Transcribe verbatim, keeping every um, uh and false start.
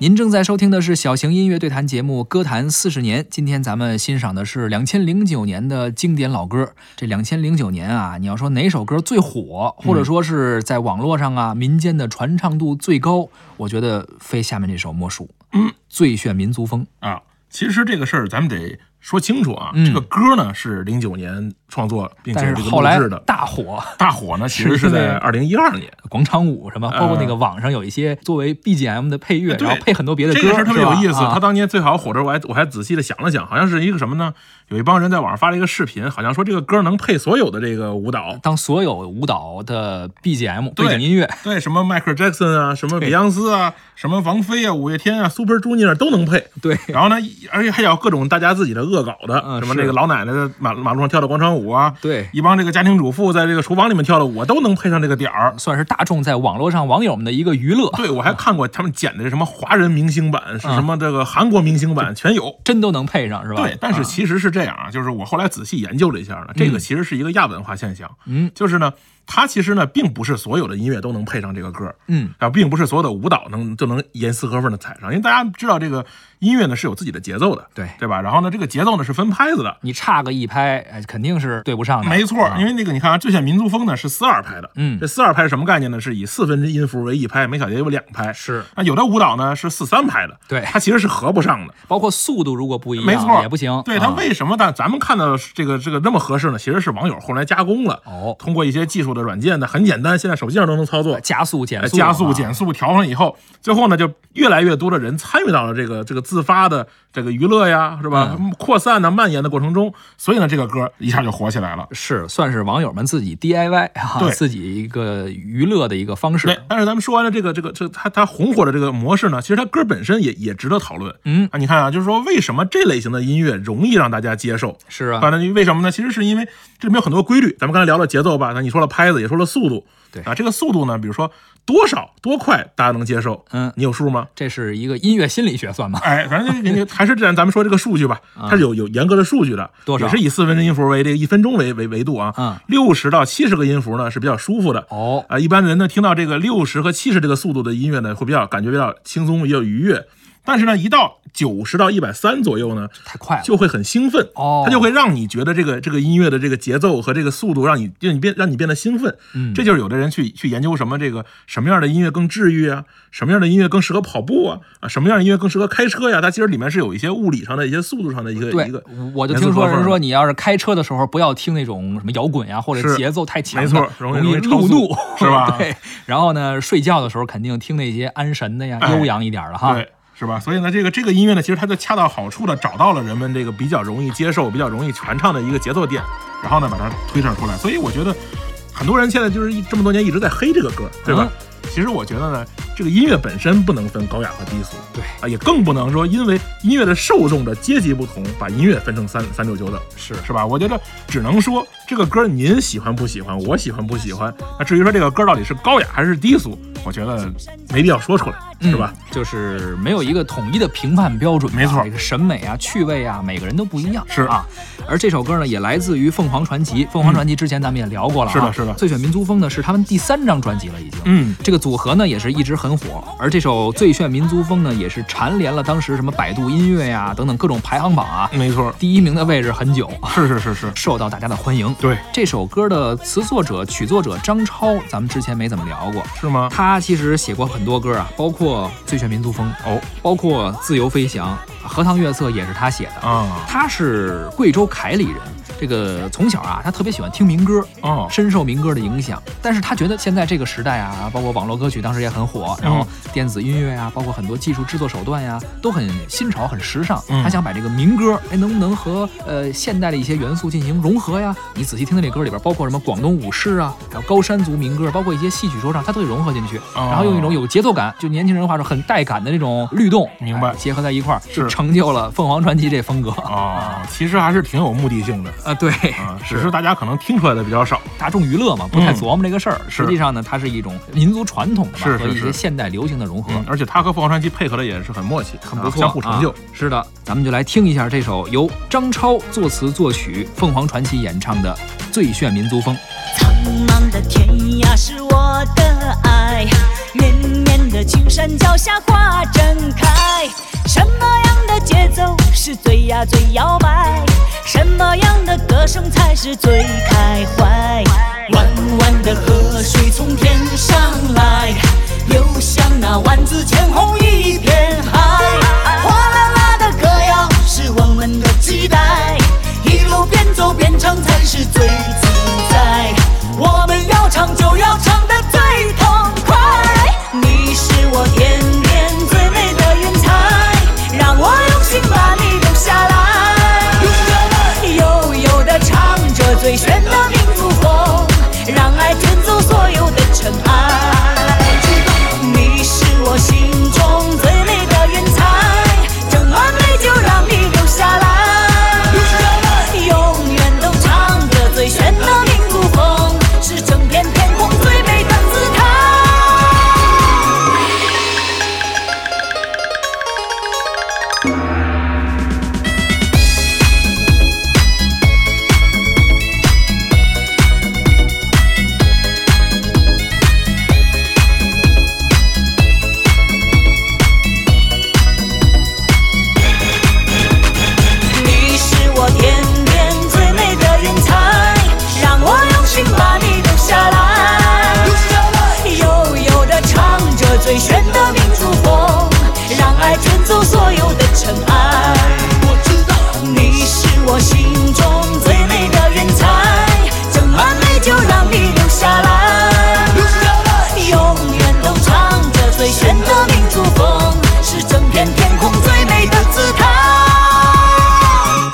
您正在收听的是小型音乐对谈节目《歌坛四十年》，今天咱们欣赏的是两千零九年的经典老歌。这两千零九年啊，你要说哪首歌最火，或者说是在网络上啊民间的传唱度最高，我觉得非下面这首莫属。嗯，最炫民族风啊。其实这个事儿咱们得说清楚啊， 嗯、 这个歌呢是零九年创作，并且是这个录制的， 大火大火呢，其实是在二零一二年广场舞什么，包括那个网上有一些作为 B G M 的配乐，然后配很多别的歌， 这个事儿特别有意思。 啊、 他当年最好火的时候，我还我还仔细的想了想，好像是一个什么呢？有一帮人在网上发了一个视频，好像说这个歌能配所有的这个舞蹈， 当所有舞蹈的 B G M 背景音乐， 对，什么迈克尔·杰克逊啊，什么比昂斯啊，什么王菲啊，五月天啊 ，Super Junior 都能配。 对， 然后呢，而且还有各种大家自己的恶搞的， 嗯、 什么这个老奶奶在马马路上跳的广场舞啊， 对， 一帮这个家庭主妇在这个厨房里面跳的舞，都能配上这个点儿， 算是大众在网络上网友们的一个娱乐。 对，我还看过他们剪的什么华人明星版，是什么这个韩国明星版， 嗯、 全有， 真都能配上，是吧？ 对，但是其实是这样啊，就是我后来仔细研究了一下呢，这个其实是一个亚文化现象，嗯，就是呢。它其实呢，并不是所有的音乐都能配上这个歌，嗯，啊，并不是所有的舞蹈能就能严丝合缝的踩上，因为大家知道这个音乐呢是有自己的节奏的， 对对吧？然后呢，这个节奏呢是分拍子的， 你差个一拍，哎，肯定是对不上的。 没错，因为那个你看啊，最炫民族风呢是四二拍的，嗯，这四二拍是什么概念呢？是以四分之音符为一拍，每小节有两拍， 是。 那有的舞蹈呢是四三拍的， 对， 它其实是合不上的， 包括速度如果不一样， 没错， 也不行。 对，它为什么咱咱们看到这个这个那么合适呢？其实是网友后来加工了， 哦， 通过一些技术的软件呢，很简单。简单，现在手机上都能操作， 加速减速， 加速减速调上以后，最后呢，就越来越多的人参与到了这个这个自发的这个娱乐呀，是吧？嗯、扩散呢、蔓延的过程中，所以呢，这个歌一下就火起来了。 是，算是网友们自己 D I Y 啊， 对自己一个娱乐的一个方式。 对，但是咱们说完了这个这个这它它红火的这个模式呢，其实它歌本身也也值得讨论。嗯啊，你看啊，就是说为什么这类型的音乐容易让大家接受？ 是啊， 反正为什么呢？其实是因为这里面有很多规律。咱们刚才聊了节奏吧，那你说了拍子，也说了速度。 对啊，这个速度呢，比如说多少多快，大家能接受？嗯，你有数吗？ 这是一个音乐心理学算吗？ 哎，反正这还是咱咱们说这个数据吧，它是有有严格的数据的， 多少？ 也是以四分之音符为这个一分钟为为维度啊。嗯，六十到七十个音符呢是比较舒服的。哦，啊，一般人呢听到这个六十和七十这个速度的音乐呢，会比较感觉比较轻松，比较愉悦。但是呢，一到九十到一百三左右呢， 太快了， 就会很兴奋哦， 它就会让你觉得这个这个音乐的这个节奏和这个速度，让你让你变让你变得兴奋。嗯，这就是有的人去去研究什么这个什么样的音乐更治愈啊，什么样的音乐更适合跑步啊，啊，什么样的音乐更适合开车呀？它其实里面是有一些物理上的一些速度上的一个一个。 我就听说人说，你要是开车的时候不要听那种什么摇滚呀，或者节奏太强的， 没错， 容易路怒， 是吧？ 对。然后呢，睡觉的时候肯定听那些安神的呀， 哎、 悠扬一点的哈。 对。是吧？所以呢，这个这个音乐呢，其实它就恰到好处的找到了人们这个比较容易接受、比较容易传唱的一个节奏点，然后呢，把它推唱出来。所以我觉得，很多人现在就是这么多年一直在黑这个歌，对吧？嗯、其实我觉得呢，这个音乐本身不能分高雅和低俗， 对啊，也更不能说因为音乐的受众的阶级不同，把音乐分成三三六九等， 是是吧？我觉得只能说这个歌您喜欢不喜欢，我喜欢不喜欢。那至于说这个歌到底是高雅还是低俗，我觉得没必要说出来。是吧、 嗯？就是没有一个统一的评判标准， 没错， 这个审美啊、趣味啊，每个人都不一样， 是啊。而这首歌呢，也来自于凤凰传奇。凤凰传奇之前咱们也聊过了、啊嗯，是的，是的。 最炫民族风呢是他们第三张专辑了，已经。 嗯， 这个组合呢也是一直很火。而这首最炫民族风呢，也是蝉联了当时什么百度音乐呀、啊、等等各种排行榜啊， 没错， 第一名的位置很久。 是是是是， 受到大家的欢迎。 对， 这首歌的词作者、曲作者张超，咱们之前没怎么聊过， 是吗？ 他其实写过很多歌啊，包括最炫民族风哦， 包括自由飞翔，荷塘月色也是他写的啊。他是贵州凯里人，这个从小啊，他特别喜欢听民歌哦，深受民歌的影响。但是他觉得现在这个时代啊，包括网络歌曲当时也很火，然后电子音乐啊，包括很多技术制作手段呀、啊，都很新潮、很时尚。他想把这个民歌，哎，能不能和呃现代的一些元素进行融合呀？你仔细听听这歌里边，包括什么广东舞狮啊，还有高山族民歌，包括一些戏曲说唱，他都得融合进去，然后用一种有节奏感，就年轻人话说很带感的这种律动， 明白、 哎、结合在一块儿， 是成就了凤凰传奇这风格啊。其实还是挺有目的性的啊，对啊，只是大家可能听出来的比较少， 大众娱乐嘛，不太琢磨这个事儿、 嗯。 实际上呢，它是一种民族传统的嘛， 是和一些现代流行的融合。 嗯、而且它和凤凰传奇配合的也是很默契， 很不错， 相互成就、 啊。是的，咱们就来听一下这首由张超作词作曲，凤凰传奇演唱的《最炫民族风》。 苍茫的天涯是我的爱，绵绵的青山脚下花正开。 下最摇摆，什么样的歌声才是最开怀？弯弯的河水从天上来，流向那万紫千红一